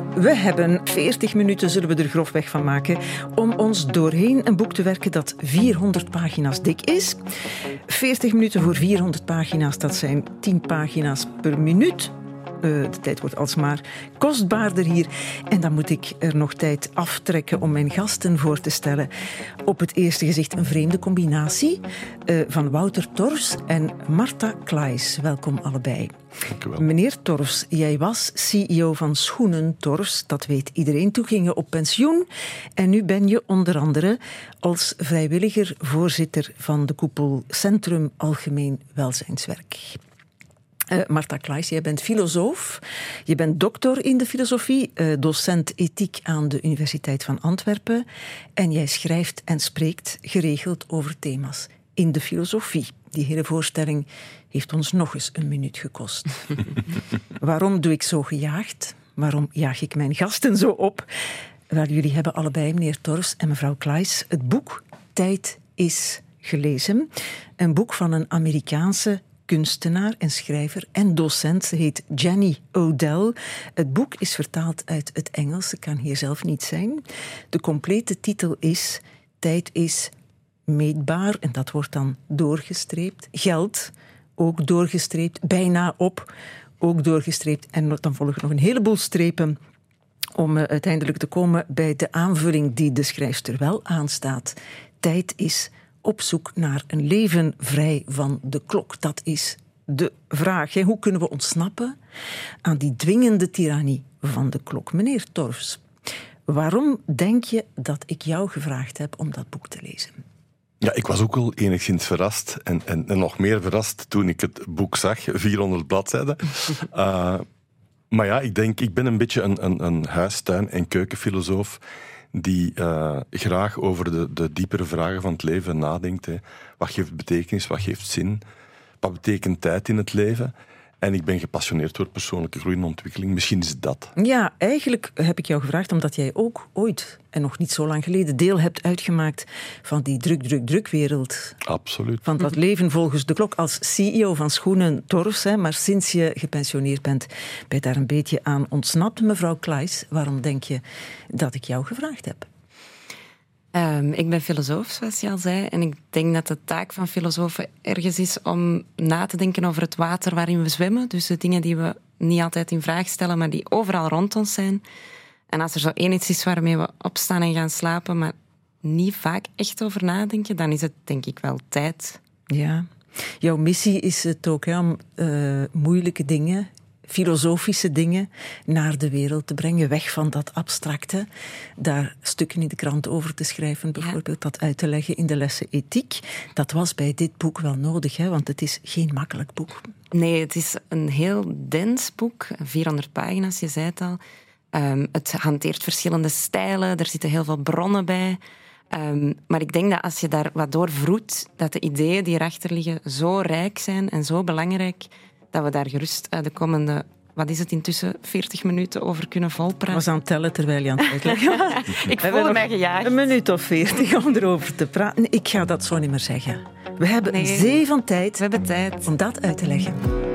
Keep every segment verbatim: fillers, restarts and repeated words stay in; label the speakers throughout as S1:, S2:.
S1: We hebben veertig minuten, zullen we er grofweg van maken, om ons doorheen een boek te werken dat vierhonderd pagina's dik is. veertig minuten voor vierhonderd pagina's, dat zijn tien pagina's per minuut. Uh, de tijd wordt alsmaar kostbaarder hier. En dan moet ik er nog tijd aftrekken om mijn gasten voor te stellen. Op het eerste gezicht een vreemde combinatie uh, van Wouter Torfs en Marta Klaes. Welkom allebei.
S2: Dank u wel.
S1: Meneer Torfs, jij was C E O van Schoenen Torfs. Dat weet iedereen. Toen ging je op pensioen. En nu ben je onder andere als vrijwilliger voorzitter van de koepel Centrum Algemeen Welzijnswerk. Uh, Marta Klaes, jij bent filosoof, je bent doctor in de filosofie, uh, docent ethiek aan de Universiteit van Antwerpen en jij schrijft en spreekt geregeld over thema's in de filosofie. Die hele voorstelling heeft ons nog eens een minuut gekost. Waarom doe ik zo gejaagd? Waarom jaag ik mijn gasten zo op? Wel, jullie hebben allebei, meneer Torfs en mevrouw Klaes, het boek Tijd is gelezen. Een boek van een Amerikaanse kunstenaar en schrijver en docent. Ze heet Jenny Odell. Het boek is vertaald uit het Engels. Ze kan hier zelf niet zijn. De complete titel is Tijd is meetbaar. En dat wordt dan doorgestreept. Geld, ook doorgestreept. Bijna op, ook doorgestreept. En dan volgen nog een heleboel strepen om uh, uiteindelijk te komen bij de aanvulling die de schrijfster wel aanstaat. Tijd is op zoek naar een leven vrij van de klok. Dat is de vraag. Hè? Hoe kunnen we ontsnappen aan die dwingende tirannie van de klok? Meneer Torfs, waarom denk je dat ik jou gevraagd heb om dat boek te lezen?
S2: Ja, ik was ook wel enigszins verrast en, en, en nog meer verrast toen ik het boek zag, vierhonderd bladzijden. uh, maar ja, ik denk, ik ben een beetje een, een, een huis-, tuin- en keukenfilosoof die uh, graag over de, de diepere vragen van het leven nadenkt. Hè. Wat geeft betekenis, wat geeft zin? Wat betekent tijd in het leven? En ik ben gepassioneerd door persoonlijke groei en ontwikkeling. Misschien is het dat.
S1: Ja, eigenlijk heb ik jou gevraagd omdat jij ook ooit, en nog niet zo lang geleden, deel hebt uitgemaakt van die druk, druk, drukwereld.
S2: Absoluut.
S1: Van dat leven volgens de klok als C E O van Schoenen Torfs. Hè, maar sinds je gepensioneerd bent, ben je daar een beetje aan ontsnapt. Mevrouw Klaes, waarom denk je dat ik jou gevraagd heb?
S3: Um, ik ben filosoof, zoals je al zei. En ik denk dat de taak van filosofen ergens is om na te denken over het water waarin we zwemmen. Dus de dingen die we niet altijd in vraag stellen, maar die overal rond ons zijn. En als er zo één iets is waarmee we opstaan en gaan slapen, maar niet vaak echt over nadenken, dan is het denk ik wel tijd.
S1: Ja, jouw missie is het ook hè, om uh, moeilijke dingen, filosofische dingen naar de wereld te brengen, weg van dat abstracte. Daar stukken in de krant over te schrijven, bijvoorbeeld, ja. Dat uit te leggen in de lessen ethiek. Dat was bij dit boek wel nodig, hè, want het is geen makkelijk boek.
S3: Nee, het is een heel dens boek, vierhonderd pagina's, je zei het al. Um, het hanteert verschillende stijlen, er zitten heel veel bronnen bij. Um, maar ik denk dat als je daar wat door vroet, dat de ideeën die erachter liggen zo rijk zijn en zo belangrijk, dat we daar gerust de komende, wat is het intussen, veertig minuten over kunnen volpraten.
S1: Ik was aan het tellen terwijl je aan het uitleggen.
S3: Ik voel mij gejaagd.
S1: Een minuut of veertig om erover te praten. Nee, ik ga dat zo niet meer zeggen. We hebben nee, een zee van tijd,
S3: we hebben tijd
S1: om dat uit te leggen.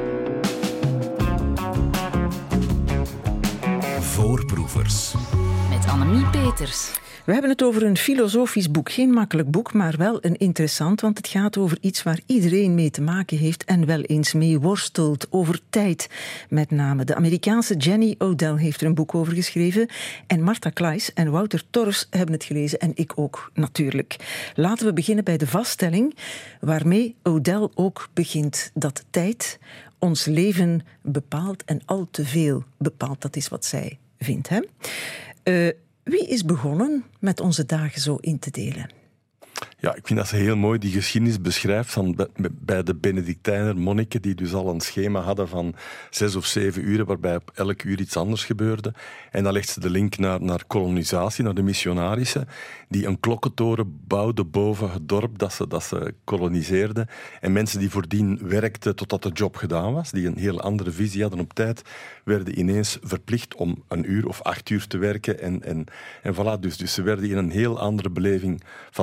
S4: Voorproevers. Met Annemie Peters.
S1: We hebben het over een filosofisch boek. Geen makkelijk boek, maar wel een interessant, want het gaat over iets waar iedereen mee te maken heeft en wel eens mee worstelt. Over tijd, met name. De Amerikaanse Jenny Odell heeft er een boek over geschreven en Marta Klaes en Wouter Torfs hebben het gelezen en ik ook, natuurlijk. Laten we beginnen bij de vaststelling waarmee Odell ook begint, dat tijd ons leven bepaalt en al te veel bepaalt. Dat is wat zij vindt, hè? Uh, Wie is begonnen met onze dagen zo in te delen?
S2: Ja, ik vind dat ze heel mooi die geschiedenis beschrijft van bij de Benedictijner monniken die dus al een schema hadden van zes of zeven uren waarbij op elk uur iets anders gebeurde. En dan legt ze de link naar, naar kolonisatie, naar de missionarissen, die een klokkentoren bouwden boven het dorp dat ze, dat ze koloniseerden. En mensen die voordien werkten totdat de job gedaan was, die een heel andere visie hadden op tijd, werden ineens verplicht om een uur of acht uur te werken. En, en, en voilà, dus, dus ze werden in een heel andere beleving van tijd gegooid.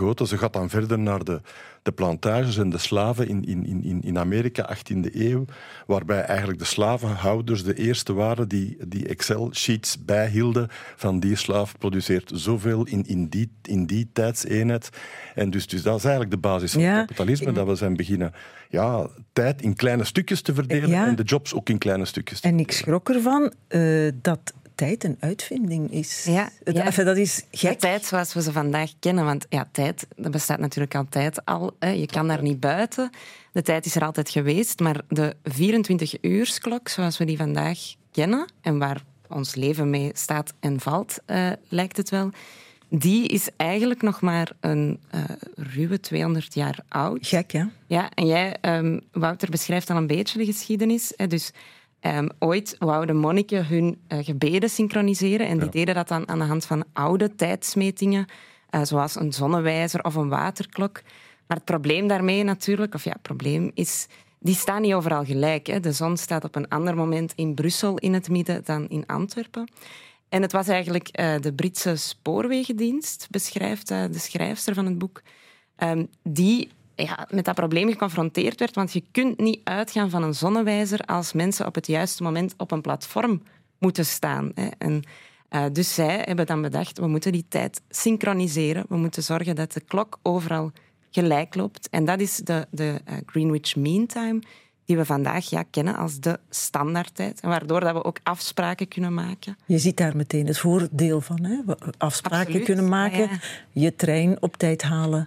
S2: vergroten. Ze gaat dan verder naar de, de plantages en de slaven in, in, in, in Amerika, achttiende eeuw, waarbij eigenlijk de slavenhouders de eerste waren die, die Excel-sheets bijhielden van die slaaf produceert zoveel in, in, die, in die tijdseenheid. En dus, dus dat is eigenlijk de basis van
S1: ja,
S2: het kapitalisme, ik... dat we zijn beginnen ja, tijd in kleine stukjes te verdelen ja. en de jobs ook in kleine stukjes te
S1: en
S2: verdelen.
S1: En ik schrok ervan uh, dat tijd een uitvinding is.
S3: Ja,
S1: het,
S3: ja.
S1: Enfin, dat is gek.
S3: De tijd zoals we ze vandaag kennen, want ja, tijd dat bestaat natuurlijk altijd al. Hè. Je kan daar niet buiten. De tijd is er altijd geweest, maar de vierentwintig-uursklok zoals we die vandaag kennen en waar ons leven mee staat en valt, uh, lijkt het wel, die is eigenlijk nog maar een uh, ruwe tweehonderd jaar oud.
S1: Gek, hè?
S3: Ja, en jij, um, Wouter, beschrijft al een beetje de geschiedenis. Hè, dus um, ooit wouden monniken hun uh, gebeden synchroniseren en die ja. deden dat dan aan de hand van oude tijdsmetingen, uh, zoals een zonnewijzer of een waterklok. Maar het probleem daarmee natuurlijk, of ja, het probleem is, die staan niet overal gelijk. Hè. De zon staat op een ander moment in Brussel in het midden dan in Antwerpen. En het was eigenlijk uh, de Britse spoorwegendienst, beschrijft uh, de schrijfster van het boek, um, die ja, met dat probleem geconfronteerd werd. Want je kunt niet uitgaan van een zonnewijzer als mensen op het juiste moment op een platform moeten staan. Hè. En, uh, dus zij hebben dan bedacht, we moeten die tijd synchroniseren. We moeten zorgen dat de klok overal gelijk loopt. En dat is de, de uh, Greenwich Mean Time, die we vandaag ja, kennen als de standaardtijd. En waardoor dat we ook afspraken kunnen maken.
S1: Je ziet daar meteen het voordeel van. Hè? Afspraken
S3: Absoluut.
S1: kunnen maken, ja, ja. je trein op tijd halen.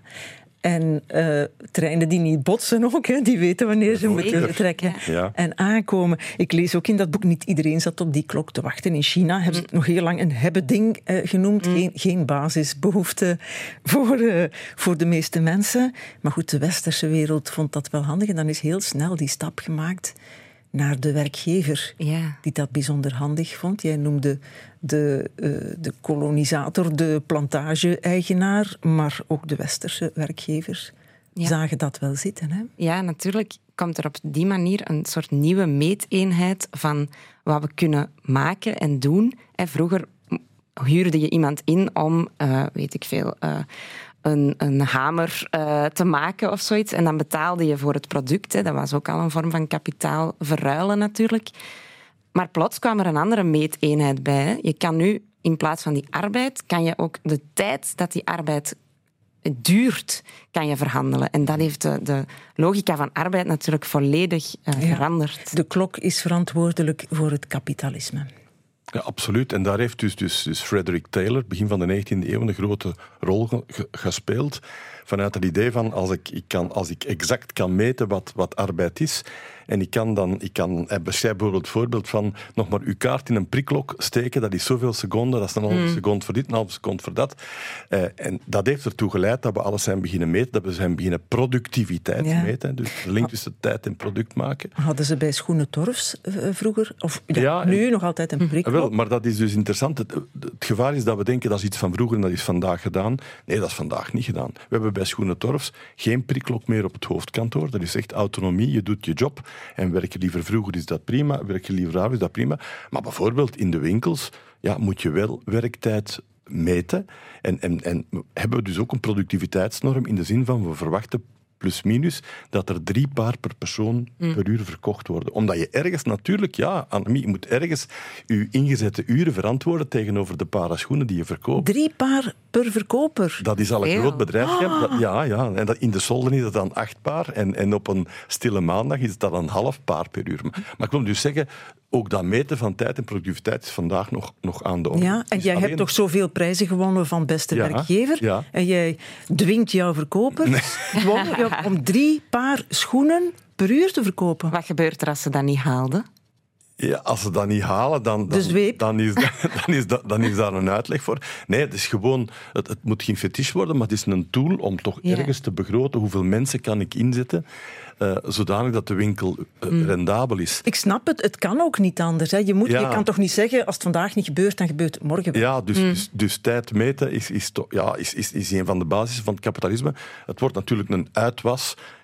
S1: En uh, treinen die niet botsen ook, hè, die weten wanneer ze moeten vertrekken
S2: ja. Ja.
S1: en aankomen. Ik lees ook in dat boek, niet iedereen zat op die klok te wachten. In China hebben ze het mm. nog heel lang een hebben-ding uh, genoemd. Mm. Geen, geen basisbehoefte voor, uh, voor de meeste mensen. Maar goed, de westerse wereld vond dat wel handig. En dan is heel snel die stap gemaakt naar de werkgever,
S3: ja.
S1: die dat bijzonder handig vond. Jij noemde de, uh, de kolonisator, de plantage-eigenaar, maar ook de westerse werkgevers ja. zagen dat wel zitten. Hè?
S3: Ja, natuurlijk komt er op die manier een soort nieuwe meeteenheid van wat we kunnen maken en doen. En vroeger huurde je iemand in om, uh, weet ik veel... Uh, Een, een hamer uh, te maken of zoiets. En dan betaalde je voor het product. Hè. Dat was ook al een vorm van kapitaal verruilen natuurlijk. Maar plots kwam er een andere meeteenheid bij. Hè. Je kan nu, in plaats van die arbeid, kan je ook de tijd dat die arbeid duurt, kan je verhandelen. En dat heeft de, de logica van arbeid natuurlijk volledig uh, ja. veranderd.
S1: De klok is verantwoordelijk voor het kapitalisme.
S2: Ja, absoluut. En daar heeft dus, dus, dus Frederick Taylor, begin van de negentiende eeuw, een grote rol ge- gespeeld. Vanuit het idee van, als ik, ik, kan, als ik exact kan meten wat, wat arbeid is, en ik kan dan, ik kan, hij beschrijft bijvoorbeeld het voorbeeld van nog maar uw kaart in een prikklok steken, dat is zoveel seconden, dat is een halve mm. seconde voor dit, een halve seconde voor dat. Uh, en dat heeft ertoe geleid dat we alles zijn beginnen meten, dat we zijn beginnen productiviteit ja. meten, dus de link tussen tijd en product maken.
S1: Hadden ze bij Schoenen Torfs uh, vroeger, of ja, ja, nu en, nog altijd een prikklok?
S2: Wel, maar dat is dus interessant. Het, het gevaar is dat we denken dat is iets van vroeger en dat is vandaag gedaan. Nee, dat is vandaag niet gedaan. We hebben bij Schoenen Torfs geen prikklok meer op het hoofdkantoor. Dat is echt autonomie. Je doet je job. En werk je liever vroeger is dat prima. Werk je liever avond is dat prima. Maar bijvoorbeeld in de winkels ja, moet je wel werktijd meten. En, en, en hebben we dus ook een productiviteitsnorm in de zin van we verwachten plus minus, dat er drie paar per persoon mm. per uur verkocht worden. Omdat je ergens natuurlijk, ja, Annemie, je moet ergens je ingezette uren verantwoorden tegenover de paar schoenen die je verkoopt.
S1: Drie paar per verkoper?
S2: Dat is al een Heel. groot bedrijf. Oh. Dat, ja, ja. En dat, in de solden is het dan acht paar en, en op een stille maandag is het dan een half paar per uur. Maar, maar ik wil dus zeggen, ook dat meten van tijd en productiviteit is vandaag nog, nog aan de orde.
S1: Ja, en jij alleen... hebt toch zoveel prijzen gewonnen van beste ja, werkgever. Ja. En jij dwingt jouw verkoper nee. gewoon om drie paar schoenen per uur te verkopen.
S3: Wat gebeurt er als ze dat niet haalden?
S2: Ja, als ze dat niet halen, dan, dan, dan, is, dan, is, dan is daar een uitleg voor. Nee, het is gewoon, het, het moet geen fetish worden, maar het is een tool om toch ja. ergens te begroten hoeveel mensen kan ik inzetten, uh, zodanig dat de winkel uh, mm. rendabel is.
S1: Ik snap het, het kan ook niet anders. Hè. Je, moet, ja. je kan toch niet zeggen, als het vandaag niet gebeurt, dan gebeurt het morgen wel.
S2: Ja, dus, mm. dus, dus tijd meten is, is, to, ja, is, is, is een van de basissen van het kapitalisme. Het wordt natuurlijk een uitwas.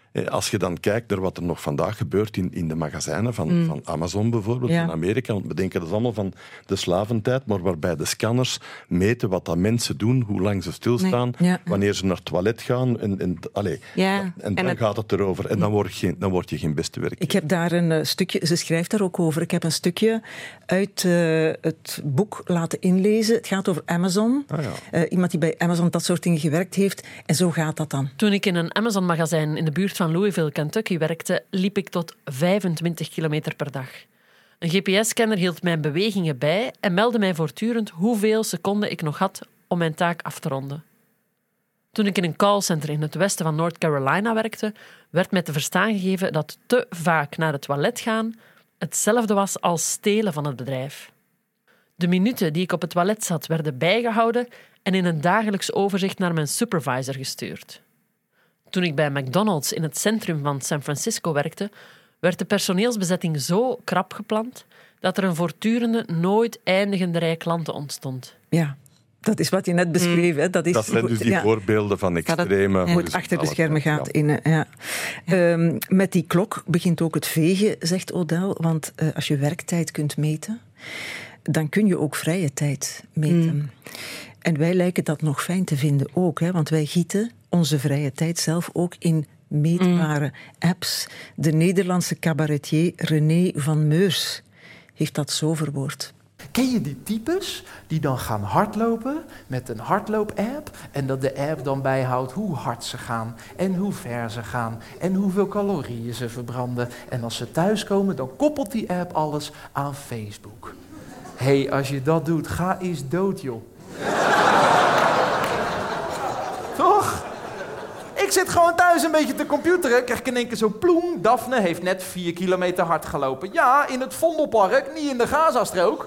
S2: Als je dan kijkt naar wat er nog vandaag gebeurt in, in de magazijnen van, mm. van Amazon bijvoorbeeld,
S1: ja.
S2: van Amerika, want we denken dat is allemaal van de slaventijd, maar waarbij de scanners meten wat dat mensen doen, hoe lang ze stilstaan, nee. ja. wanneer ze naar het toilet gaan. En, en, allez,
S3: ja.
S2: en, en
S3: dan
S2: het... gaat het erover. En dan word je geen, dan word je geen beste werk.
S1: Ik heb daar een uh, stukje, ze schrijft daar ook over, ik heb een stukje uit uh, het boek laten inlezen. Het gaat over Amazon.
S2: Ah, ja.
S1: uh, iemand die bij Amazon dat soort dingen gewerkt heeft. En zo gaat dat dan.
S5: Toen ik in een Amazon-magazijn in de buurt van Louisville, Kentucky werkte, liep ik tot vijfentwintig kilometer per dag. Een G P S-scanner hield mijn bewegingen bij en meldde mij voortdurend hoeveel seconden ik nog had om mijn taak af te ronden. Toen ik in een callcenter in het westen van North Carolina werkte, werd mij te verstaan gegeven dat te vaak naar het toilet gaan hetzelfde was als stelen van het bedrijf. De minuten die ik op het toilet zat werden bijgehouden en in een dagelijks overzicht naar mijn supervisor gestuurd. Toen ik bij McDonald's in het centrum van San Francisco werkte, werd de personeelsbezetting zo krap gepland dat er een voortdurende, nooit eindigende rij klanten ontstond.
S1: Ja, dat is wat je net beschreef. Hè. Dat, is
S2: dat zijn dus die ja. voorbeelden van extreme...
S1: Hoe het achter de schermen gaat. Ja. In, ja. Ja. Um, met die klok begint ook het vegen, zegt Odell. Want uh, als je werktijd kunt meten, dan kun je ook vrije tijd meten. Mm. En wij lijken dat nog fijn te vinden ook, hè, want wij gieten onze vrije tijd zelf ook in meetbare mm. apps. De Nederlandse cabaretier René van Meurs heeft dat zo verwoord.
S6: Ken je die types die dan gaan hardlopen met een hardloop-app en dat de app dan bijhoudt hoe hard ze gaan en hoe ver ze gaan en hoeveel calorieën ze verbranden. En als ze thuiskomen, dan koppelt die app alles aan Facebook. Hé, hey, als je dat doet, ga eens dood, joh. Toch? Ik zit gewoon thuis een beetje te computeren, krijg ik in één keer zo ploem. Daphne heeft net vier kilometer hard gelopen. Ja, in het Vondelpark, niet in de Gazastrook.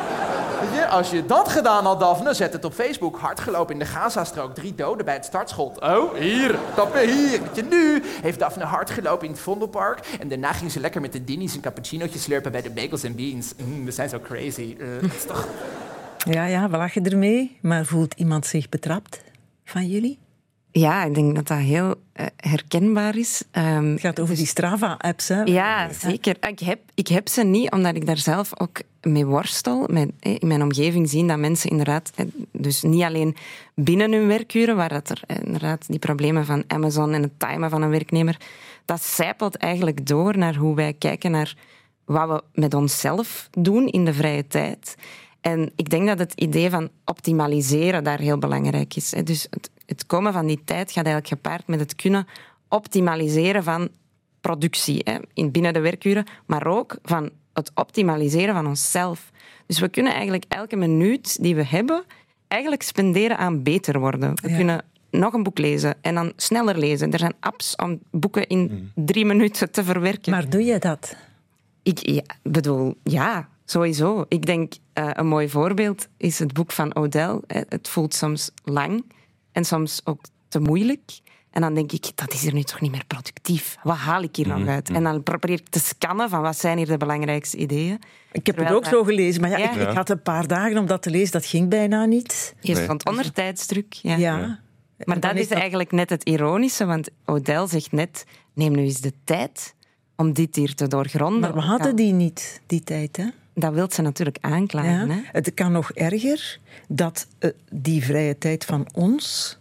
S6: Weet je, als je dat gedaan had, Daphne, zet het op Facebook. Hard gelopen in de Gazastrook, drie doden bij het startschot. Oh, hier, tappen hier. Weet je, nu heeft Daphne hard gelopen in het Vondelpark. En daarna ging ze lekker met de dinnies een cappuccinootje slurpen bij de Bagels and Beans. Mm, we zijn zo crazy. Uh, dat is toch...
S1: Ja, ja, we lachen ermee. Maar voelt iemand zich betrapt van jullie?
S3: Ja, ik denk dat dat heel uh, herkenbaar is. Um,
S1: het gaat over die Strava-apps, hè?
S3: Ja, zeker. Ik heb, ik heb ze niet, omdat ik daar zelf ook mee worstel. Met, in mijn omgeving zien dat mensen inderdaad... Dus niet alleen binnen hun werkuren, waar dat er inderdaad die problemen van Amazon en het timen van een werknemer... Dat sijpelt eigenlijk door naar hoe wij kijken naar wat we met onszelf doen in de vrije tijd. En ik denk dat het idee van optimaliseren daar heel belangrijk is. Dus het, het komen van die tijd gaat eigenlijk gepaard met het kunnen optimaliseren van productie in binnen de werkuren, maar ook van het optimaliseren van onszelf. Dus we kunnen eigenlijk elke minuut die we hebben eigenlijk spenderen aan beter worden. We ja. kunnen nog een boek lezen en dan sneller lezen. Er zijn apps om boeken in drie minuten te verwerken.
S1: Maar doe je dat?
S3: Ik ja, bedoel, ja... Sowieso. Ik denk, uh, een mooi voorbeeld is het boek van Odell. Het voelt soms lang en soms ook te moeilijk. En dan denk ik, dat is er nu toch niet meer productief. Wat haal ik hier mm-hmm. nog uit? En dan probeer ik te scannen van wat zijn hier de belangrijkste ideeën.
S1: Ik heb Terwijl, het ook zo gelezen, maar ja, ja. Ik, ik had een paar dagen om dat te lezen. Dat ging bijna niet.
S3: Je nee. stond onder tijdsdruk. Ja.
S1: ja. ja.
S3: Maar dat is, is dat... eigenlijk net het ironische, want Odell zegt net, neem nu eens de tijd om dit hier te doorgronden.
S1: Maar we hadden die niet, die tijd, hè?
S3: Dat wil ze natuurlijk aanklagen.
S1: Ja,
S3: hè?
S1: Het kan nog erger dat uh, die vrije tijd van ons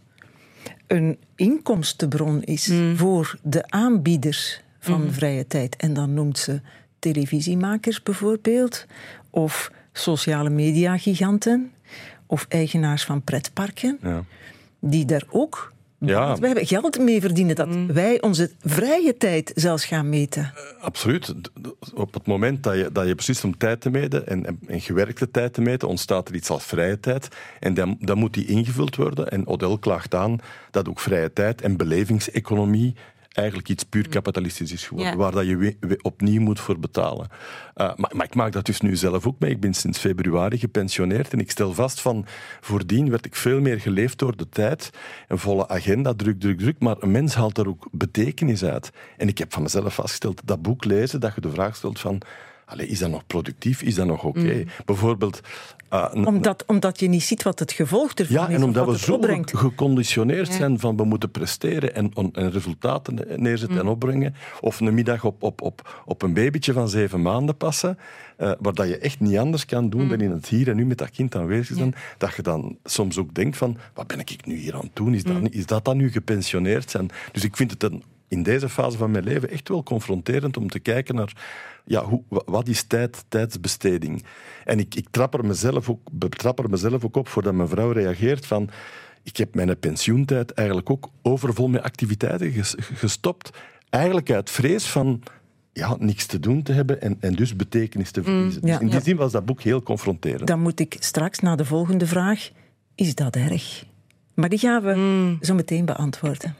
S1: een inkomstenbron is mm. voor de aanbieders van mm. vrije tijd. En dan noemt ze televisiemakers bijvoorbeeld, of sociale media-giganten, of eigenaars van pretparken, ja. die daar ook... Ja. Want wij hebben geld mee verdienen dat mm. wij onze vrije tijd zelfs gaan meten.
S2: Uh, absoluut. Op het moment dat je, dat je beslist om tijd te meten en, en, en gewerkte tijd te meten, ontstaat er iets als vrije tijd. En dan, dan moet die ingevuld worden. En Odell klaagt aan dat ook vrije tijd en belevingseconomie eigenlijk iets puur kapitalistisch is geworden, ja. waar dat je we, we opnieuw moet voor betalen. Uh, maar, maar ik maak dat dus nu zelf ook mee. Ik ben sinds februari gepensioneerd en ik stel vast van, voordien werd ik veel meer geleefd door de tijd. Een volle agenda, druk, druk, druk, maar een mens haalt er ook betekenis uit. En ik heb van mezelf vastgesteld, dat boek lezen, dat je de vraag stelt van, Allee, is dat nog productief? Is dat nog oké? Okay? Mm. Bijvoorbeeld... Uh, n-
S1: omdat, omdat je niet ziet wat het gevolg ervan
S2: ja,
S1: is.
S2: en omdat we zo
S1: opbrengt.
S2: geconditioneerd
S3: ja.
S2: zijn van we moeten presteren en, on, en resultaten neerzetten mm. en opbrengen. Of een middag op, op, op, op een babytje van zeven maanden passen, uh, waar dat je echt niet anders kan doen mm. dan in het hier en nu met dat kind aanwezig zijn. Ja. Dat je dan soms ook denkt van, wat ben ik nu hier aan het doen? Is dat, mm. is dat dan nu gepensioneerd zijn? Dus ik vind het een, in deze fase van mijn leven echt wel confronterend om te kijken naar... Ja, hoe, wat is tijd, tijdsbesteding? En ik, ik trap er mezelf ook, betrap er mezelf ook op voordat mijn vrouw reageert van... Ik heb mijn pensioentijd eigenlijk ook overvol met activiteiten gestopt. Eigenlijk uit vrees van ja, niks te doen te hebben en, en dus betekenis te verliezen. Mm, ja, dus in die ja. zin was dat boek heel confronterend.
S1: Dan moet ik straks naar de volgende vraag. Is dat erg? Maar die gaan we mm. zo meteen beantwoorden.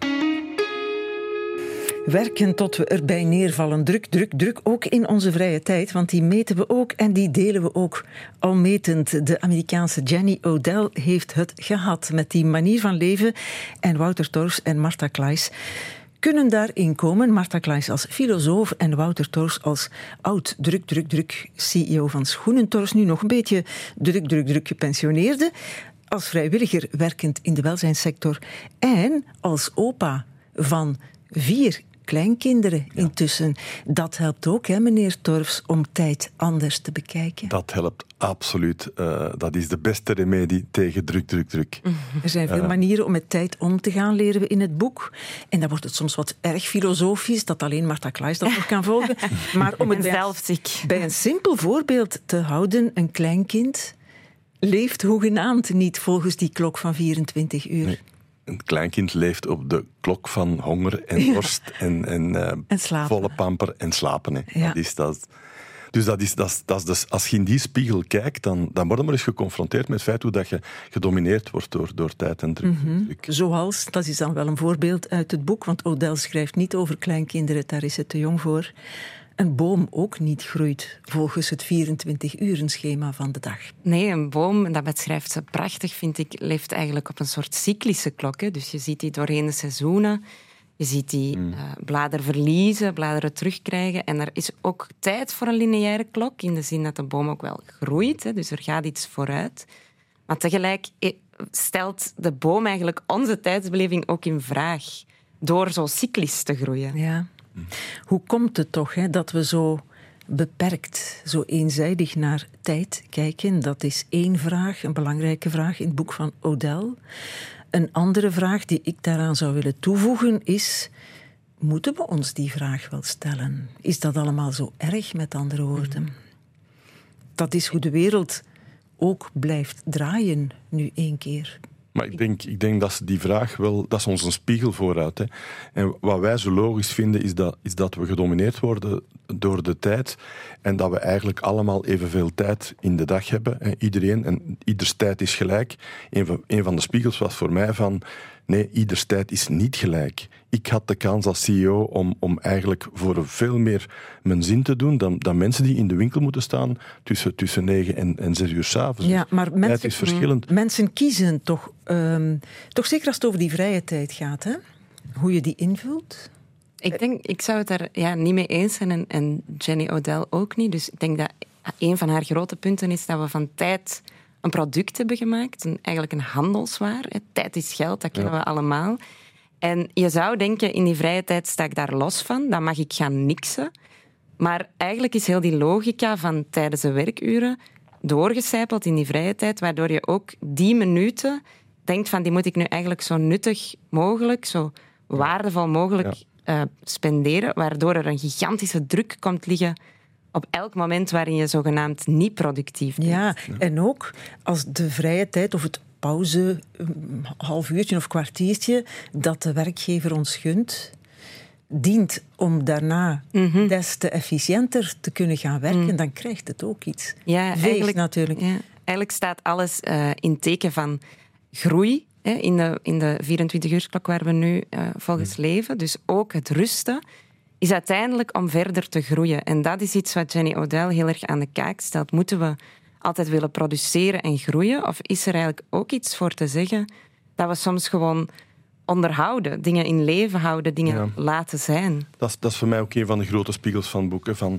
S1: Werken tot we erbij neervallen. Druk, druk, druk. Ook in onze vrije tijd, want die meten we ook en die delen we ook. Al metend, de Amerikaanse Jenny Odell heeft het gehad met die manier van leven. En Wouter Tors en Marta Klaes kunnen daarin komen. Marta Klaes als filosoof en Wouter Tors als oud druk, druk, druk C E O van Schoenentors. Nu nog een beetje druk, druk, druk gepensioneerde. Als vrijwilliger werkend in de welzijnssector. En als opa van vier kleinkinderen ja. intussen. Dat helpt ook, hè, meneer Torfs, om tijd anders te bekijken.
S2: Dat helpt absoluut. Uh, dat is de beste remedie tegen druk, druk, druk.
S1: Er zijn veel uh, manieren om met tijd om te gaan, leren we in het boek. En dan wordt het soms wat erg filosofisch, dat alleen Marta Klaes dat nog kan volgen. Maar om het bij, bij een simpel voorbeeld te houden, een kleinkind leeft hoegenaamd niet volgens die klok van vierentwintig uur. Nee.
S2: Een kleinkind leeft op de klok van honger en dorst ja. en, en, uh, en volle pamper en slapen. Hè. Ja. Dat is dat. Dus, dat is, dat is, dat is dus als je in die spiegel kijkt, dan, dan word je maar eens geconfronteerd met het feit hoe dat je gedomineerd wordt door, door tijd en druk.
S1: Mm-hmm. Zoals, dat is dan wel een voorbeeld uit het boek, want Odell schrijft niet over kleinkinderen, daar is het te jong voor. Een boom ook niet groeit volgens het vierentwintig-uren-schema van de dag.
S3: Nee, een boom, dat beschrijft ze prachtig, vind ik, leeft eigenlijk op een soort cyclische klok. Hè. Dus je ziet die doorheen de seizoenen, je ziet die mm. uh, bladeren verliezen, bladeren terugkrijgen. En er is ook tijd voor een lineaire klok, in de zin dat de boom ook wel groeit. Hè. Dus er gaat iets vooruit. Maar tegelijk stelt de boom eigenlijk onze tijdsbeleving ook in vraag, door zo cyclisch te groeien.
S1: Ja. Hoe komt het toch hè, dat we zo beperkt, zo eenzijdig naar tijd kijken? Dat is één vraag, een belangrijke vraag in het boek van Odell. Een andere vraag die ik daaraan zou willen toevoegen is: moeten we ons die vraag wel stellen? Is dat allemaal zo erg, met andere woorden? Dat is hoe de wereld ook blijft draaien, nu één keer.
S2: Maar ik denk, ik denk dat ze die vraag wel... Dat is ons een spiegel vooruit. Hè. En wat wij zo logisch vinden, is dat, is dat we gedomineerd worden door de tijd en dat we eigenlijk allemaal evenveel tijd in de dag hebben. Hè. Iedereen, en ieders tijd is gelijk. Een van, een van de spiegels was voor mij van... Nee, ieders tijd is niet gelijk. Ik had de kans als C E O om, om eigenlijk voor veel meer mijn zin te doen dan, dan mensen die in de winkel moeten staan tussen, tussen negen en, en zes uur 's avonds.
S1: Ja, maar
S2: dus
S1: mensen,
S2: is verschillend.
S1: Mensen kiezen toch, um, toch zeker als het over die vrije tijd gaat, hè? Hoe je die invult?
S3: Ik denk, ik zou het daar ja, niet mee eens zijn en, en Jenny Odell ook niet. Dus ik denk dat een van haar grote punten is dat we van tijd een product hebben gemaakt, een, eigenlijk een handelswaar. Hè. Tijd is geld, dat kennen ja. we allemaal. En je zou denken, in die vrije tijd sta ik daar los van, dan mag ik gaan niksen. Maar eigenlijk is heel die logica van tijdens de werkuren doorgecijpeld in die vrije tijd, waardoor je ook die minuten denkt van, die moet ik nu eigenlijk zo nuttig mogelijk, zo waardevol mogelijk ja. uh, spenderen, waardoor er een gigantische druk komt liggen op elk moment waarin je zogenaamd niet productief bent.
S1: Ja, en ook als de vrije tijd of het pauze, een half uurtje of kwartiertje, dat de werkgever ons gunt, dient om daarna mm-hmm. des te efficiënter te kunnen gaan werken, mm. dan krijgt het ook iets.
S3: Ja,
S1: Veeg,
S3: eigenlijk,
S1: natuurlijk.
S3: Ja, eigenlijk staat alles uh, in teken van groei, hè, in de, in de vierentwintig-uursklok waar we nu uh, volgens mm. leven. Dus ook het rusten is uiteindelijk om verder te groeien. En dat is iets wat Jenny Odell heel erg aan de kaak stelt. Moeten we altijd willen produceren en groeien? Of is er eigenlijk ook iets voor te zeggen dat we soms gewoon onderhouden. Dingen in leven houden, dingen ja. laten zijn.
S2: Dat is, dat is voor mij ook een van de grote spiegels van boeken. Van,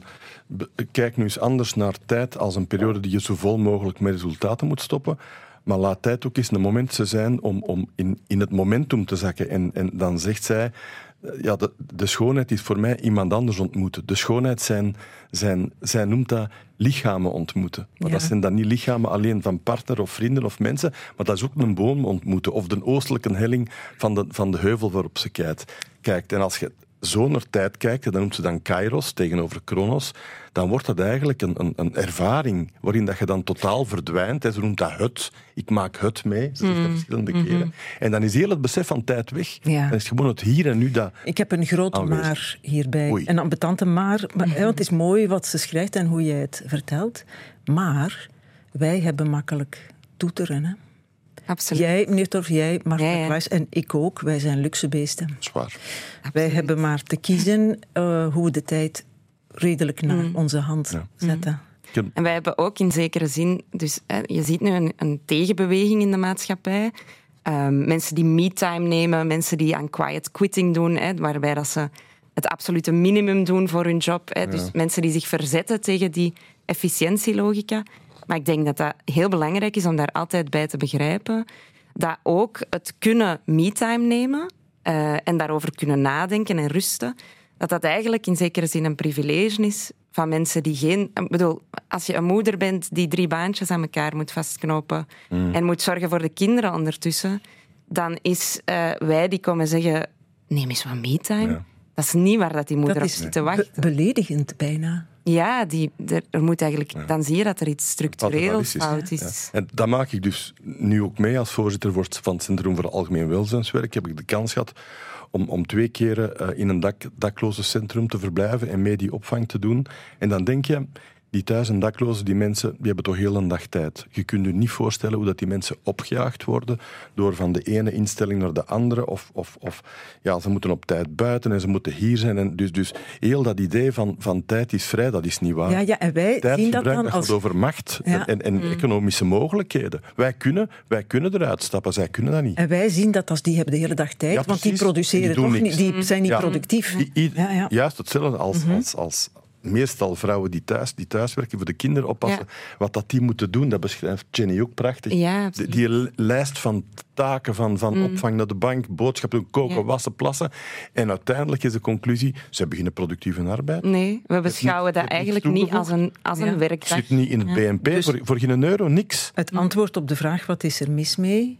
S2: kijk nu eens anders naar tijd als een periode die je zo vol mogelijk met resultaten moet stoppen. Maar laat tijd ook eens een moment zijn om, om in, in het momentum te zakken. En, en dan zegt zij... Ja, de, de schoonheid is voor mij iemand anders ontmoeten. De schoonheid zijn, zijn zij noemt dat lichamen ontmoeten. Maar ja. dat zijn dan niet lichamen alleen van partner of vrienden of mensen, maar dat is ook een boom ontmoeten of de oostelijke helling van de, van de heuvel waarop ze kijkt. kijkt. En als je zo naar tijd kijkt, dat noemt ze dan kairos tegenover chronos, dan wordt dat eigenlijk een, een, een ervaring waarin dat je dan totaal verdwijnt. Ze noemt dat het. Ik maak het mee. Ze zegt dat verschillende mm-hmm. keren. En dan is heel het besef van tijd weg. Ja. Dan is gewoon het hier en nu dat
S1: Ik heb een grote aanwezig. maar hierbij. Oei. Een ambetante maar. maar mm-hmm. Het is mooi wat ze schrijft en hoe jij het vertelt. Maar wij hebben makkelijk toeteren, hè?
S3: Absoluut.
S1: Jij, meneer Torf, jij, Marta
S3: ja, ja.
S1: Kluijs en ik ook. Wij zijn luxebeesten.
S2: Zwaar.
S1: Absoluut. Wij hebben maar te kiezen uh, hoe we de tijd redelijk naar mm. onze hand ja. zetten.
S3: Mm. En wij hebben ook in zekere zin... Dus hè, je ziet nu een, een tegenbeweging in de maatschappij. Um, mensen die me-time nemen, mensen die aan quiet quitting doen, hè, waarbij dat ze het absolute minimum doen voor hun job. Hè, dus ja. mensen die zich verzetten tegen die efficiëntielogica. Maar ik denk dat dat heel belangrijk is om daar altijd bij te begrijpen. Dat ook het kunnen me-time nemen uh, en daarover kunnen nadenken en rusten, dat dat eigenlijk in zekere zin een privilege is van mensen die geen... Ik bedoel, als je een moeder bent die drie baantjes aan elkaar moet vastknopen mm. en moet zorgen voor de kinderen ondertussen, dan is uh, wij die komen zeggen, neem eens wat me-time. Ja. Dat is niet waar dat die moeder dat op zit te wachten.
S1: Be- beledigend bijna.
S3: Ja, die, er, er moet eigenlijk, ja. dan zie je dat er iets structureels fout is.
S2: Ja. En dat maak ik dus nu ook mee als voorzitter van het Centrum voor Algemeen Welzijnswerk. Heb ik de kans gehad om, om twee keren uh, in een dak, dakloze centrum te verblijven en mee die opvang te doen. En dan denk je, die thuis- en daklozen, die mensen, die hebben toch heel een dag tijd. Je kunt je niet voorstellen hoe dat die mensen opgejaagd worden door van de ene instelling naar de andere. Of, of, of ja, ze moeten op tijd buiten en ze moeten hier zijn. En dus, dus heel dat idee van, van tijd is vrij, dat is niet waar.
S1: Ja, ja, en wij zien dat dan als...
S2: gaat over macht ja. en, en mm. economische mogelijkheden. Wij kunnen, wij kunnen eruit stappen, zij kunnen dat niet.
S1: En wij zien dat als die hebben de hele dag tijd, ja, want die produceren die toch niet, die zijn niet ja. productief.
S2: I, I, ja, ja. Juist hetzelfde als... Mm-hmm. als, als meestal vrouwen die thuis, die thuis werken, voor de kinderen oppassen. Ja. Wat dat die moeten doen, dat beschrijft Jenny ook prachtig.
S3: Ja,
S2: die, die lijst van taken, van, van mm. opvang naar de bank, boodschappen, koken, ja. wassen, plassen. En uiteindelijk is de conclusie, ze beginnen productieve arbeid.
S3: Nee, we beschouwen dat eigenlijk niet als een, als een ja. werkdag.
S2: Het zit niet in het ja. B N P, dus voor, voor geen euro, niks.
S1: Het antwoord op de vraag, wat is er mis mee?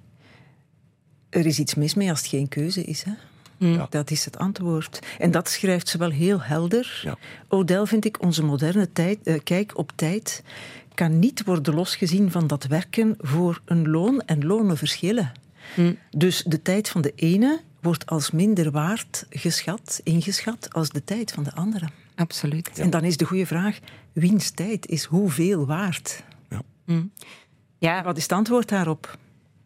S1: Er is iets mis mee als het geen keuze is, hè? Ja. Dat is het antwoord. En dat schrijft ze wel heel helder. Ja. Odell, vind ik, onze moderne tijd, uh, kijk op tijd kan niet worden losgezien van dat werken voor een loon en lonen verschillen. Mm. Dus de tijd van de ene wordt als minder waard geschat, ingeschat als de tijd van de andere.
S3: Absoluut.
S1: Ja. En dan is de goede vraag, wiens tijd is hoeveel waard?
S2: Ja.
S3: Mm. Ja.
S1: Wat is het antwoord daarop?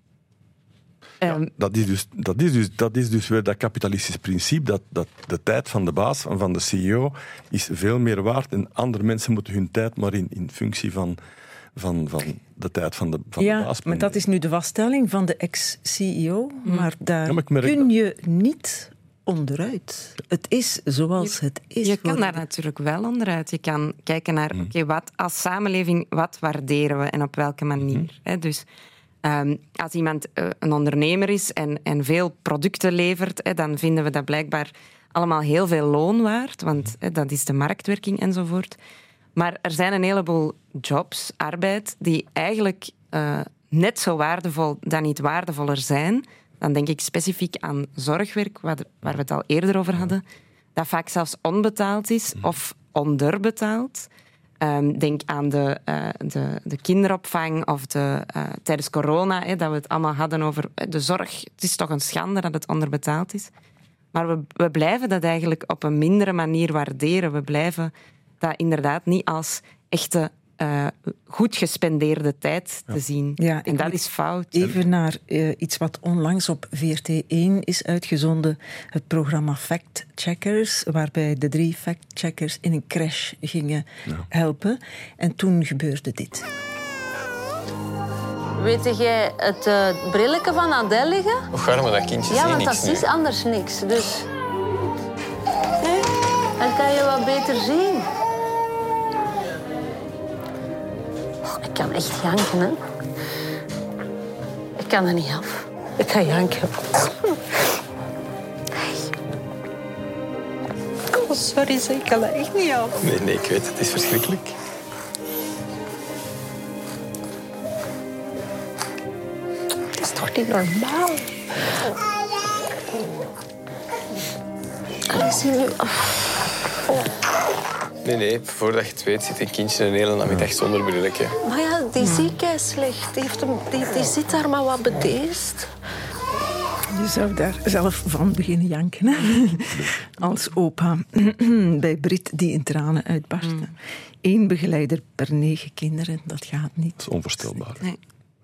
S2: Ja, um, dat, is dus, dat, is dus, dat is dus weer dat kapitalistisch principe dat, dat de tijd van de baas en van de C E O is veel meer waard en andere mensen moeten hun tijd maar in, in functie van, van, van de tijd van de, van
S1: ja,
S2: de baas.
S1: Ja, maar dat is nu de vaststelling van de ex-C E O, mm. maar daar
S2: ja, maar
S1: kun je niet onderuit. Het is zoals
S3: je,
S1: het is.
S3: Je kan daar natuurlijk wel onderuit. Je kan kijken naar, mm. oké, okay, wat als samenleving, wat waarderen we en op welke manier. Mm. Hè? Dus Um, als iemand uh, een ondernemer is en, en veel producten levert, hè, dan vinden we dat blijkbaar allemaal heel veel loon waard, want hè, dat is de marktwerking enzovoort. Maar er zijn een heleboel jobs, arbeid, die eigenlijk uh, net zo waardevol, dan niet waardevoller zijn. Dan denk ik specifiek aan zorgwerk, waar we het al eerder over hadden, dat vaak zelfs onbetaald is of onderbetaald. Um, denk aan de, uh, de, de kinderopvang of de, uh, tijdens corona, hè, dat we het allemaal hadden over de zorg. Het is toch een schande dat het onderbetaald is. Maar we, we blijven dat eigenlijk op een mindere manier waarderen. We blijven dat inderdaad niet als echte uh, goed gespendeerde tijd ja. te zien. Ja, en dat is fout.
S1: Even naar uh, iets wat onlangs op V R T één is uitgezonden. Het programma Fact Checkers, waarbij de drie factcheckers in een crash gingen ja. helpen. En toen gebeurde dit.
S7: Weet jij het uh, brilletje van Adèle liggen?
S8: Of ga maar dat kindje
S7: Ja,
S8: zien
S7: want
S8: niks
S7: dat is anders niks. Dus... Nee? Dan kan je wat beter zien. Oh, ik kan echt janken, hè. Ik kan er niet af. Ik ga janken. Oh, sorry, zeg, ik kan er echt niet af.
S8: Nee, nee, ik weet het. Het is verschrikkelijk.
S7: Het is toch niet normaal? Allee, zie je nu... Oh.
S8: Nee, nee, voordat je het weet zit een kindje een hele namiddag zonder brilletje.
S7: Maar ja, die zie ik slecht. Die, heeft hem, die, die zit daar maar wat bedeesd.
S1: Je zou daar zelf van beginnen janken, hè? Als opa. Bij Brit die in tranen uitbarstte. Mm. Eén begeleider per negen kinderen, dat gaat niet.
S2: Dat is onvoorstelbaar.
S3: Nee.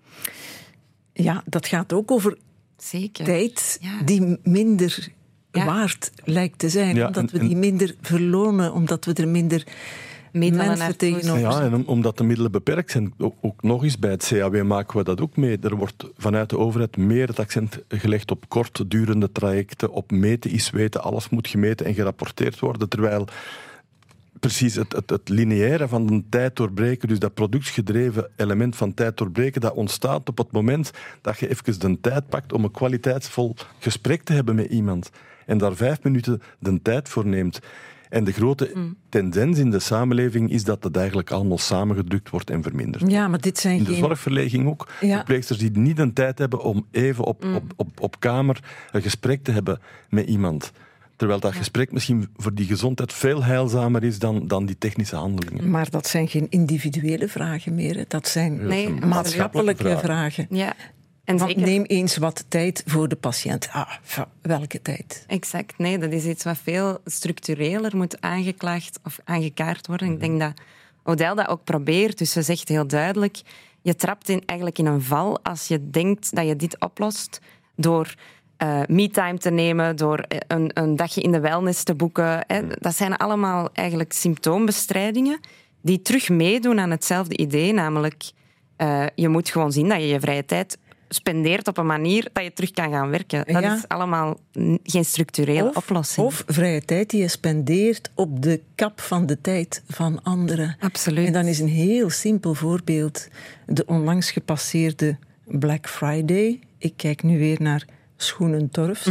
S1: Ja, dat gaat ook over
S3: Zeker.
S1: tijd
S3: ja.
S1: die minder
S3: ja.
S1: waard lijkt te zijn.
S2: Ja,
S1: omdat
S2: en,
S1: we die minder verlonen, omdat we er minder
S3: middelen
S1: mensen tegenover
S2: Ja,
S1: zijn.
S2: en om, omdat de middelen beperkt zijn, ook, ook nog eens bij het C A W maken we dat ook mee. Er wordt vanuit de overheid meer het accent gelegd op kortdurende trajecten, op meten is weten, alles moet gemeten en gerapporteerd worden, terwijl precies het, het, het lineaire van de tijd doorbreken, dus dat productgedreven element van tijd doorbreken, dat ontstaat op het moment dat je even de tijd pakt om een kwaliteitsvol gesprek te hebben met iemand en daar vijf minuten de tijd voor neemt. En de grote mm. tendens in de samenleving is dat het eigenlijk allemaal samengedrukt wordt en verminderd.
S1: Ja, maar dit zijn
S2: in de
S1: geen...
S2: zorgverleging ook. Ja. Verpleegsters die niet de tijd hebben om even op, mm. op, op, op kamer een gesprek te hebben met iemand. Terwijl dat ja. gesprek misschien voor die gezondheid veel heilzamer is dan, dan die technische handelingen.
S1: Maar dat zijn geen individuele vragen meer. Dat zijn
S3: nee,
S1: maatschappelijke vragen. vragen.
S3: Ja. En
S1: Want
S3: zeker...
S1: neem eens wat tijd voor de patiënt. Ah, welke tijd?
S3: Exact. Nee, dat is iets wat veel structureler moet aangeklaagd of aangekaart worden. Mm-hmm. Ik denk dat Odell dat ook probeert. Dus ze zegt heel duidelijk, je trapt in, eigenlijk in een val als je denkt dat je dit oplost door uh, me-time te nemen, door een, een dagje in de wellness te boeken. Hè. Dat zijn allemaal eigenlijk symptoombestrijdingen die terug meedoen aan hetzelfde idee, namelijk uh, je moet gewoon zien dat je je vrije tijd spendeert op een manier dat je terug kan gaan werken. Dat ja. is allemaal geen structurele
S1: of,
S3: oplossing.
S1: Of vrije tijd die je spendeert op de kap van de tijd van anderen.
S3: Absoluut.
S1: En dan is een heel simpel voorbeeld de onlangs gepasseerde Black Friday. Ik kijk nu weer naar Schoenen Torfs.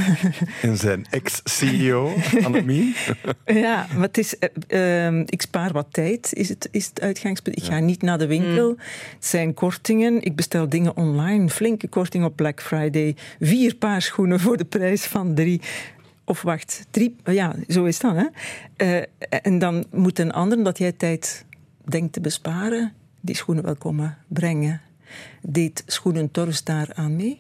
S2: En zijn ex-C E O, Annemie.
S1: Ja, maar het is... Uh, uh, ik spaar wat tijd, is het, is het uitgangspunt. Ik ga niet naar de winkel. Mm. Het zijn kortingen. Ik bestel dingen online. Flinke korting op Black Friday. Vier paar schoenen voor de prijs van drie. Of wacht, drie... Ja, zo is dat, hè. Uh, en dan moet een ander, omdat jij tijd denkt te besparen, die schoenen wel komen brengen. Deed Schoenen Torfs daaraan mee?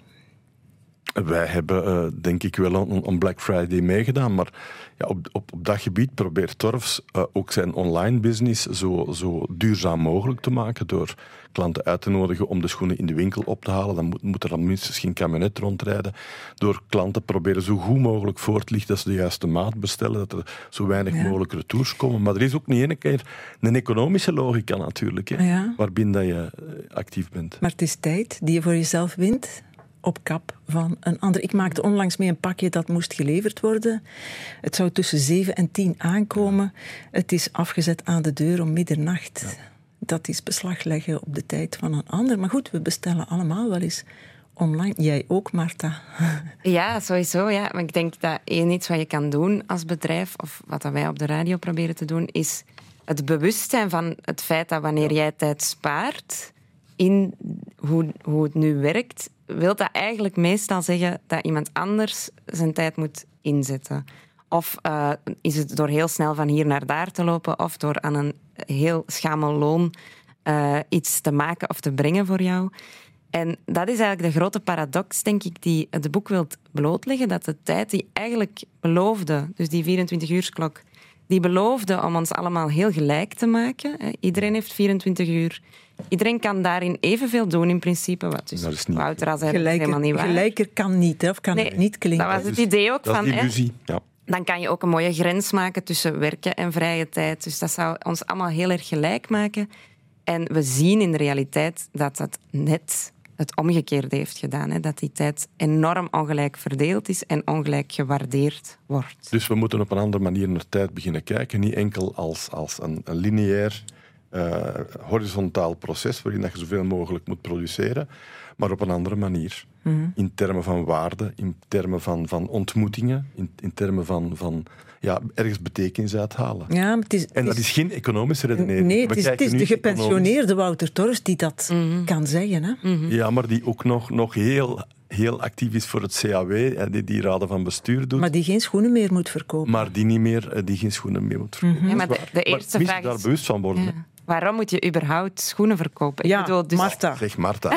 S2: Wij hebben, uh, denk ik, wel een, een Black Friday meegedaan, maar ja, op, op, op dat gebied probeert Torfs uh, ook zijn online business zo, zo duurzaam mogelijk te maken door klanten uit te nodigen om de schoenen in de winkel op te halen. Dan moet, moet er dan minstens geen kabinet rondrijden. Door klanten proberen zo goed mogelijk voor te lichten dat ze de juiste maat bestellen, dat er zo weinig ja. mogelijk retours komen. Maar er is ook niet één keer een economische logica natuurlijk, hè, ja. waarbinnen dat je uh, actief bent.
S1: Maar het is tijd die je voor jezelf wint op kap van een ander. Ik maakte onlangs mee een pakje dat moest geleverd worden. Het zou tussen zeven en tien aankomen. Het is afgezet aan de deur om middernacht. Ja. Dat is beslag leggen op de tijd van een ander. Maar goed, we bestellen allemaal wel eens online. Jij ook, Marta?
S3: Ja, sowieso. Ja. Maar ik denk dat één iets wat je kan doen als bedrijf, of wat wij op de radio proberen te doen, is het bewustzijn van het feit dat wanneer jij tijd spaart in hoe, hoe het nu werkt, wil dat eigenlijk meestal zeggen dat iemand anders zijn tijd moet inzetten. Of uh, is het door heel snel van hier naar daar te lopen, of door aan een heel schamel loon uh, iets te maken of te brengen voor jou. En dat is eigenlijk de grote paradox, denk ik, die het boek wil blootleggen, dat de tijd die eigenlijk beloofde, dus die vierentwintig-uursklok, die beloofde om ons allemaal heel gelijk te maken. Iedereen heeft vierentwintig uur. Iedereen kan daarin evenveel doen, in principe. Wat dus
S2: dat is niet
S3: Wouter al zei,
S1: gelijker,
S3: dat is helemaal niet waar.
S1: Gelijker kan niet, hè, of kan
S3: nee,
S1: niet klinken.
S3: Dat was het idee ook
S2: dat
S3: van...
S2: Dat is illusie, ja.
S3: Dan kan je ook een mooie grens maken tussen werken en vrije tijd. Dus dat zou ons allemaal heel erg gelijk maken. En we zien in de realiteit dat dat net het omgekeerde heeft gedaan. Hè? Dat die tijd enorm ongelijk verdeeld is en ongelijk gewaardeerd wordt.
S2: Dus we moeten op een andere manier naar tijd beginnen kijken. Niet enkel als, als een, een lineair, uh, horizontaal proces waarin je zoveel mogelijk moet produceren, maar op een andere manier. Mm-hmm. In termen van waarde, in termen van, van ontmoetingen, in, in termen van, van ja, ergens betekenis uithalen.
S1: Ja, maar het is,
S2: en dat is, is geen economische redenering.
S1: Nee, het is, het is de gepensioneerde Wouter Torfs die dat mm-hmm. kan zeggen. Hè?
S2: Mm-hmm. Ja, maar die ook nog, nog heel, heel actief is voor het C A W, en die, die raden van bestuur doet.
S1: Maar die geen schoenen meer moet verkopen.
S2: Maar die, niet meer, die geen schoenen meer moet verkopen.
S3: Mm-hmm. Ja, maar de, de eerste
S2: maar
S3: vraag is...
S2: daar bewust van worden. Ja.
S3: Waarom moet je überhaupt schoenen verkopen?
S1: Ja,
S3: ik bedoel, dus...
S1: Marta.
S2: Zeg Marta.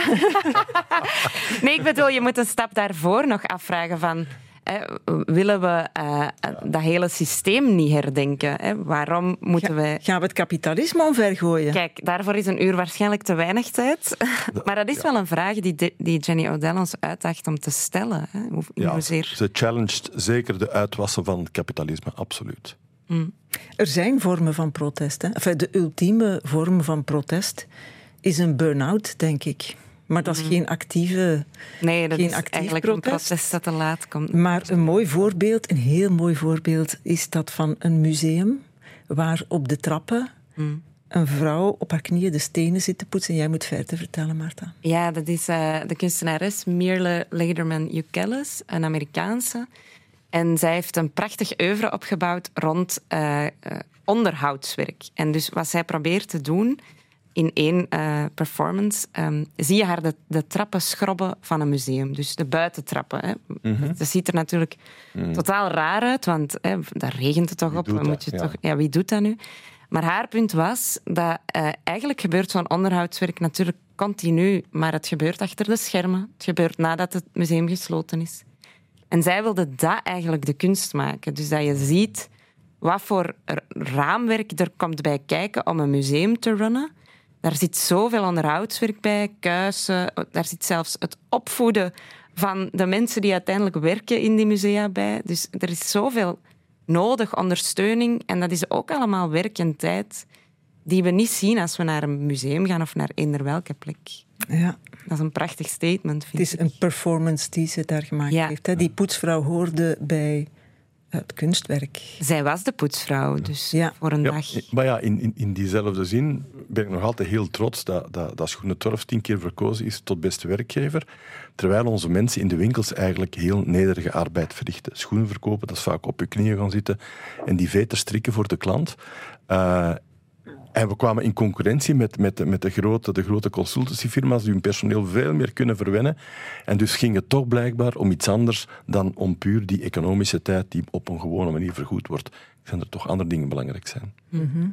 S3: Nee, ik bedoel, je moet een stap daarvoor nog afvragen van... Eh, willen we uh, dat hele systeem niet herdenken? Eh? Waarom moeten
S1: Ga,
S3: wij...
S1: Gaan we het kapitalisme omvergooien?
S3: Kijk, daarvoor is een uur waarschijnlijk te weinig tijd. Maar dat is ja. wel een vraag die, de, die Jenny Odell ons uitdaagt om te stellen. Hè? Hoe,
S2: ja,
S3: hoezeer...
S2: ze challenged zeker de uitwassen van het kapitalisme, absoluut.
S3: Mm.
S1: Er zijn vormen van protest. Hè? Enfin, de ultieme vorm van protest is een burn-out, denk ik. Maar dat is mm. geen actieve
S3: Nee, dat
S1: geen
S3: is
S1: actief
S3: eigenlijk
S1: protest.
S3: een protest dat te laat komt.
S1: Maar een mooi voorbeeld, een heel mooi voorbeeld, is dat van een museum waar op de trappen mm. een vrouw op haar knieën de stenen zit te poetsen. En jij moet verder vertellen, Marta.
S3: Ja, dat is uh, de kunstenares Mirle Lederman Ukeles, een Amerikaanse. En zij heeft een prachtig oeuvre opgebouwd rond uh, uh, onderhoudswerk. En dus wat zij probeert te doen in één uh, performance, um, zie je haar de, de trappen schrobben van een museum. Dus de buitentrappen. Hè. Mm-hmm. Dat ziet er natuurlijk mm. totaal raar uit, want hè, daar regent het toch
S2: wie
S3: op.
S2: Doet
S3: moet je
S2: dat,
S3: toch,
S2: ja.
S3: ja, wie doet dat nu? Maar haar punt was dat uh, eigenlijk gebeurt zo'n onderhoudswerk natuurlijk continu, maar het gebeurt achter de schermen. Het gebeurt nadat het museum gesloten is. En zij wilde dat eigenlijk de kunst maken. Dus dat je ziet wat voor raamwerk er komt bij kijken om een museum te runnen. Daar zit zoveel onderhoudswerk bij, kuisen. Daar zit zelfs het opvoeden van de mensen die uiteindelijk werken in die musea bij. Dus er is zoveel nodig, ondersteuning. En dat is ook allemaal werk en tijd die we niet zien als we naar een museum gaan of naar eender welke plek.
S1: Ja.
S3: Dat is een prachtig statement, vind ik.
S1: Het is een performance die ze daar gemaakt ja. heeft. Hè. Die poetsvrouw hoorde bij het kunstwerk.
S3: Zij was de poetsvrouw, dus ja. voor een
S2: ja,
S3: dag.
S2: Maar ja, in, in, in diezelfde zin ben ik nog altijd heel trots dat, dat, dat Schoenen Torfs tien keer verkozen is tot beste werkgever, terwijl onze mensen in de winkels eigenlijk heel nederige arbeid verrichten. Schoenen verkopen, dat is vaak op je knieën gaan zitten en die veter strikken voor de klant. Uh, En we kwamen in concurrentie met, met, met de, grote, de grote consultancyfirma's die hun personeel veel meer kunnen verwennen. En dus ging het toch blijkbaar om iets anders dan om puur die economische tijd die op een gewone manier vergoed wordt. Ik vind er toch andere dingen belangrijk zijn.
S1: Mm-hmm.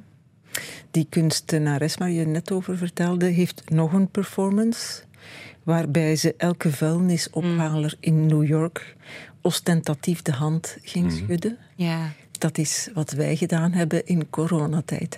S1: Die kunstenares waar je net over vertelde, heeft nog een performance waarbij ze elke vuilnisophaler mm. in New York ostentatief de hand ging mm. schudden.
S3: Ja.
S1: Dat is wat wij gedaan hebben in coronatijd, hè?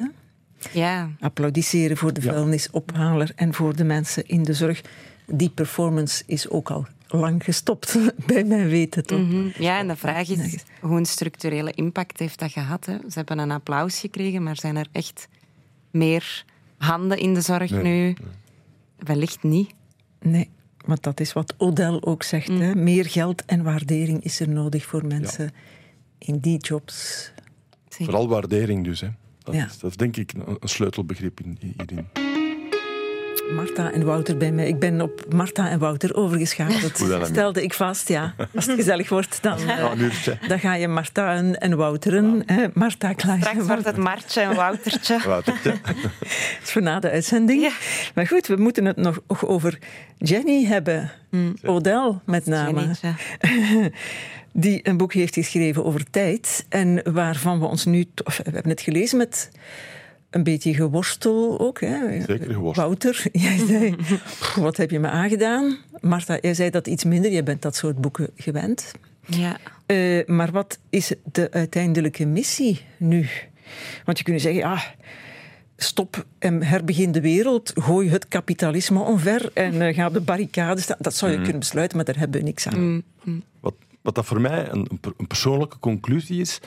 S3: Ja.
S1: Applaudisseren voor de
S2: ja.
S1: vuilnisophaler en voor de mensen in de zorg. Die performance is ook al lang gestopt, bij mijn weten toch?
S3: Mm-hmm. Ja, en de vraag is, hoe een structurele impact heeft dat gehad? Hè? Ze hebben een applaus gekregen, maar zijn er echt meer handen in de zorg
S2: nee,
S3: nu?
S2: Nee.
S3: Wellicht niet.
S1: Nee, want dat is wat Odell ook zegt. Mm. Hè? Meer geld en waardering is er nodig voor mensen ja. in die jobs.
S2: Zeker. Vooral waardering dus, hè. Dat,
S1: ja.
S2: is, dat is denk ik een, een sleutelbegrip in, hierin.
S1: Marta en Wouter bij mij. Ik ben op Marta en Wouter overgeschakeld. Stelde ik vast, ja. Als het gezellig wordt, dan, uh, dan ga je Marta en, en Wouteren. Ja. Hè? Marta klaar.
S3: Straks wordt het Martje en Woutertje.
S2: Woutertje.
S1: Dat is voor na de uitzending. Ja. Maar goed, we moeten het nog over Jenny hebben. Mm. Odell met name. Die een boek heeft geschreven over tijd. En waarvan we ons nu... Of, we hebben het gelezen met... Een beetje geworstel ook. Hè.
S2: Zeker geworstel.
S1: Wouter, jij zei, wat heb je me aangedaan? Marta, jij zei dat iets minder. Jij bent dat soort boeken gewend.
S3: Ja.
S1: Uh, maar wat is de uiteindelijke missie nu? Want je kunt zeggen, ah, stop en herbegin de wereld. Gooi het kapitalisme omver en uh, ga op de barricade staan. Dat zou je mm. kunnen besluiten, maar daar hebben we niks aan.
S3: Mm.
S2: Wat, wat dat voor mij een, een persoonlijke conclusie is...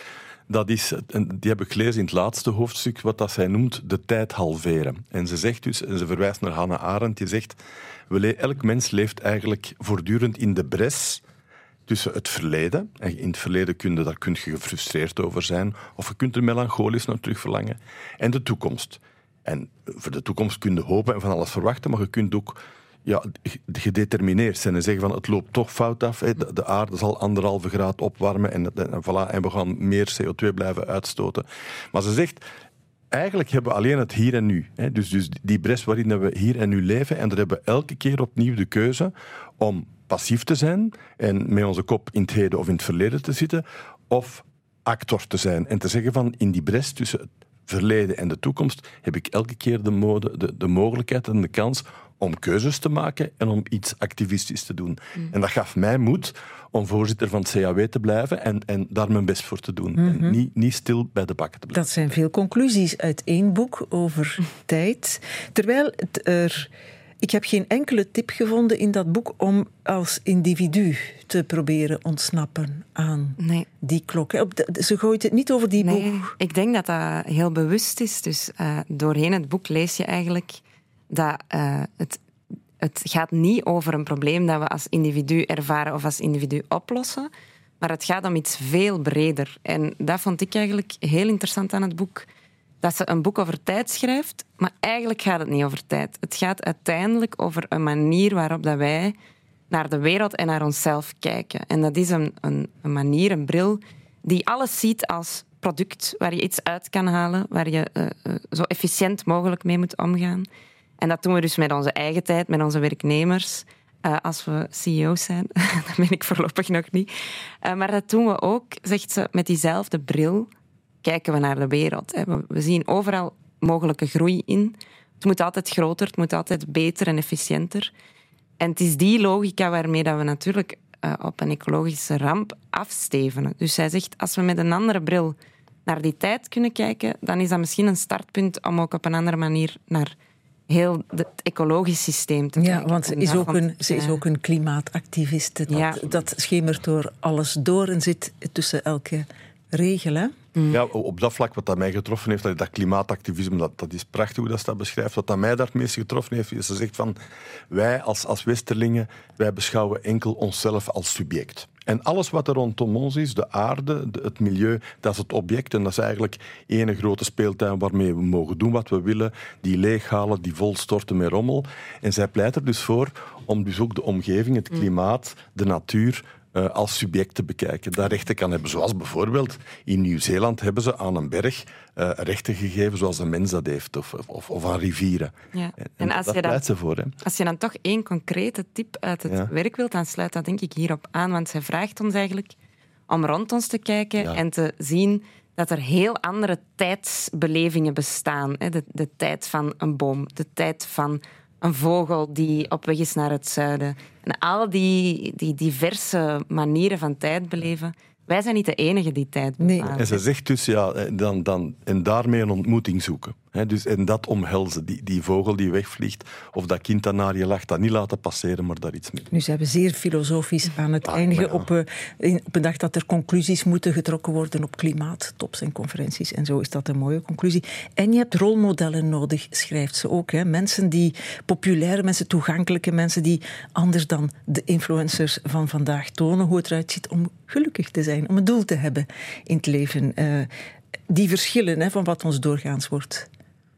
S2: dat is, die heb ik gelezen in het laatste hoofdstuk, wat dat zij noemt de tijd halveren. En ze zegt dus, en ze verwijst naar Hannah Arendt, die zegt, we le- elk mens leeft eigenlijk voortdurend in de bres tussen het verleden, en in het verleden kun je, daar kun je gefrustreerd over zijn, of je kunt er melancholisch naar terug verlangen, en de toekomst. En voor de toekomst kun je hopen en van alles verwachten, maar je kunt ook ja, gedetermineerd zijn en zeggen van het loopt toch fout af, hè. De, de aarde zal anderhalve graad opwarmen en, en, en, voilà, en we gaan meer C O twee blijven uitstoten. Maar ze zegt, eigenlijk hebben we alleen het hier en nu. Hè. Dus, dus die bres waarin we hier en nu leven, en daar hebben we elke keer opnieuw de keuze om passief te zijn en met onze kop in het heden of in het verleden te zitten, of actor te zijn en te zeggen van in die bres tussen het verleden en de toekomst heb ik elke keer de, mode, de, de mogelijkheid en de kans om keuzes te maken en om iets activistisch te doen. Mm. En dat gaf mij moed om voorzitter van het C A W te blijven en, en daar mijn best voor te doen. Mm-hmm. En niet, niet stil bij de bakken te blijven.
S1: Dat zijn veel conclusies uit één boek over tijd. Terwijl het er... Ik heb geen enkele tip gevonden in dat boek om als individu te proberen ontsnappen aan nee. die klok. Ze gooit het niet over die
S3: nee,
S1: boek.
S3: Ik denk dat dat heel bewust is. Dus uh, doorheen het boek lees je eigenlijk dat uh, het, het gaat niet over een probleem dat we als individu ervaren of als individu oplossen, maar het gaat om iets veel breder. En dat vond ik eigenlijk heel interessant aan het boek. Dat ze een boek over tijd schrijft, maar eigenlijk gaat het niet over tijd. Het gaat uiteindelijk over een manier waarop dat wij naar de wereld en naar onszelf kijken. En dat is een, een, een manier, een bril, die alles ziet als product, waar je iets uit kan halen, waar je uh, uh, zo efficiënt mogelijk mee moet omgaan. En dat doen we dus met onze eigen tijd, met onze werknemers, uh, als we C E O's zijn. Dat ben ik voorlopig nog niet. Uh, maar dat doen we ook, zegt ze, met diezelfde bril kijken we naar de wereld. We zien overal mogelijke groei in. Het moet altijd groter, het moet altijd beter en efficiënter. En het is die logica waarmee we natuurlijk op een ecologische ramp afstevenen. Dus zij zegt, als we met een andere bril naar die tijd kunnen kijken, dan is dat misschien een startpunt om ook op een andere manier naar heel het ecologisch systeem te kijken.
S1: Ja, want ze is, ook een, ze is ook een klimaatactiviste. Dat, ja. dat schemert door alles door en zit tussen elke regel, hè?
S2: Mm. Ja, op dat vlak wat dat mij getroffen heeft, dat klimaatactivisme, dat, dat is prachtig hoe dat, dat beschrijft. Wat dat mij daar het meest getroffen heeft, is ze zegt van wij als, als Westerlingen, wij beschouwen enkel onszelf als subject. En alles wat er rondom ons is, de aarde, de, het milieu, dat is het object. En dat is eigenlijk één grote speeltuin waarmee we mogen doen wat we willen, die leeghalen, die volstorten met rommel. En zij pleit er dus voor om dus ook de omgeving, het klimaat, de natuur, Uh, als subject te bekijken, daar rechten kan hebben. Zoals bijvoorbeeld in Nieuw-Zeeland hebben ze aan een berg uh, rechten gegeven zoals een mens dat heeft, of, of, of aan rivieren.
S3: Ja.
S2: En,
S3: en als
S2: dat
S3: je
S2: pleit
S3: dan,
S2: ze voor. Hè.
S3: Als je dan toch één concrete tip uit het ja. werk wilt, dan sluit dat denk ik hierop aan, want zij vraagt ons eigenlijk om rond ons te kijken ja. en te zien dat er heel andere tijdsbelevingen bestaan. Hè. De, de tijd van een boom, de tijd van een vogel die op weg is naar het zuiden. En al die, die diverse manieren van tijd beleven. Wij zijn niet de enige die tijd bepalen.
S2: Nee. En ze zegt dus, ja, dan, dan, en daarmee een ontmoeting zoeken. He, dus, en dat omhelzen, die, die vogel die wegvliegt, of dat kind dat naar je lacht, dat niet laten passeren, maar daar iets mee.
S1: Nu zijn we zeer filosofisch aan het ah, eindigen ja. op, uh, op een dag dat er conclusies moeten getrokken worden op klimaattops en conferenties. En zo is dat een mooie conclusie. En je hebt rolmodellen nodig, schrijft ze ook. Hè? Mensen die, populaire mensen, toegankelijke mensen die anders dan de influencers van vandaag tonen hoe het eruit ziet om gelukkig te zijn, om een doel te hebben in het leven. Uh, die verschillen hè, van wat ons doorgaans wordt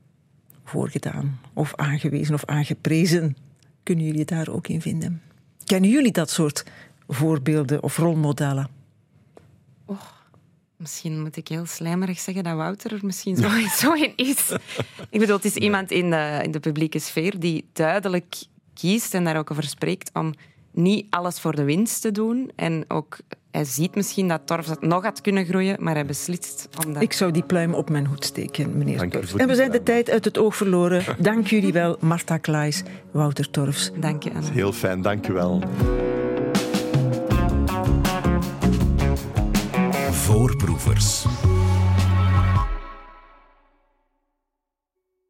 S1: voorgedaan of aangewezen of aangeprezen. Kunnen jullie daar ook in vinden? Kennen jullie dat soort voorbeelden of rolmodellen?
S3: Oh, misschien moet ik heel slijmerig zeggen dat Wouter er misschien zo, zo in is. Ik bedoel, het is iemand in de, in de publieke sfeer die duidelijk kiest en daar ook over spreekt om niet alles voor de winst te doen. En ook, hij ziet misschien dat Torfs nog had kunnen groeien, maar hij beslist om dat...
S1: Ik zou die pluim op mijn hoed steken, meneer Torfs. En we zijn de tijd uit het oog verloren. Dank jullie wel, Marta Klaes, Wouter Torfs.
S3: Dank je, Anne.
S2: Heel fijn, dank je wel.
S4: Voorproevers.